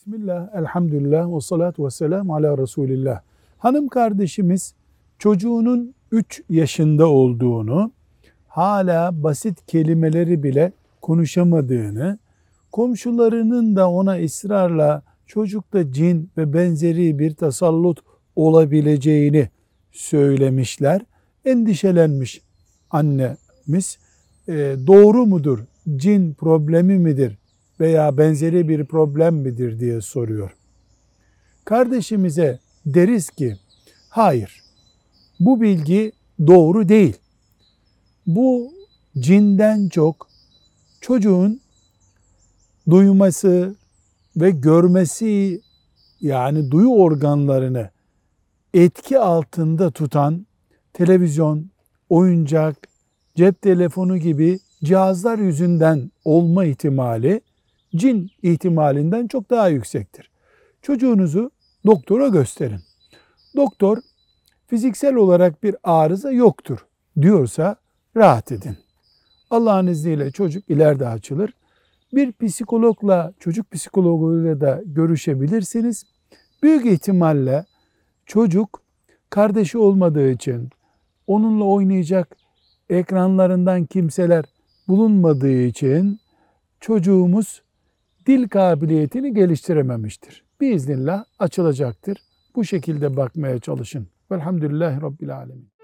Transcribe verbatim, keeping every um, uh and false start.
Bismillah, elhamdülillah, ve salatu ve selamu ala Resulillah. Hanım kardeşimiz çocuğunun üç yaşında olduğunu, hala basit kelimeleri bile konuşamadığını, komşularının da ona ısrarla çocukta cin ve benzeri bir tasallut olabileceğini söylemişler. Endişelenmiş annemiz, e, doğru mudur, cin problemi midir veya benzeri bir problem midir diye soruyor. Kardeşimize deriz ki, hayır, bu bilgi doğru değil. Bu cinden çok çocuğun duyması ve görmesi, yani duyu organlarını etki altında tutan televizyon, oyuncak, cep telefonu gibi cihazlar yüzünden olma ihtimali cin ihtimalinden çok daha yüksektir. Çocuğunuzu doktora gösterin. Doktor fiziksel olarak bir arıza yoktur diyorsa rahat edin. Allah'ın izniyle çocuk ileride açılır. Bir psikologla, çocuk psikologuyla da görüşebilirsiniz. Büyük ihtimalle çocuk kardeşi olmadığı için, onunla oynayacak ekranlarından kimseler bulunmadığı için çocuğumuz dil kabiliyetini geliştirememiştir. Biiznillah açılacaktır. Bu şekilde bakmaya çalışın. Velhamdülillahi Rabbil Alemin.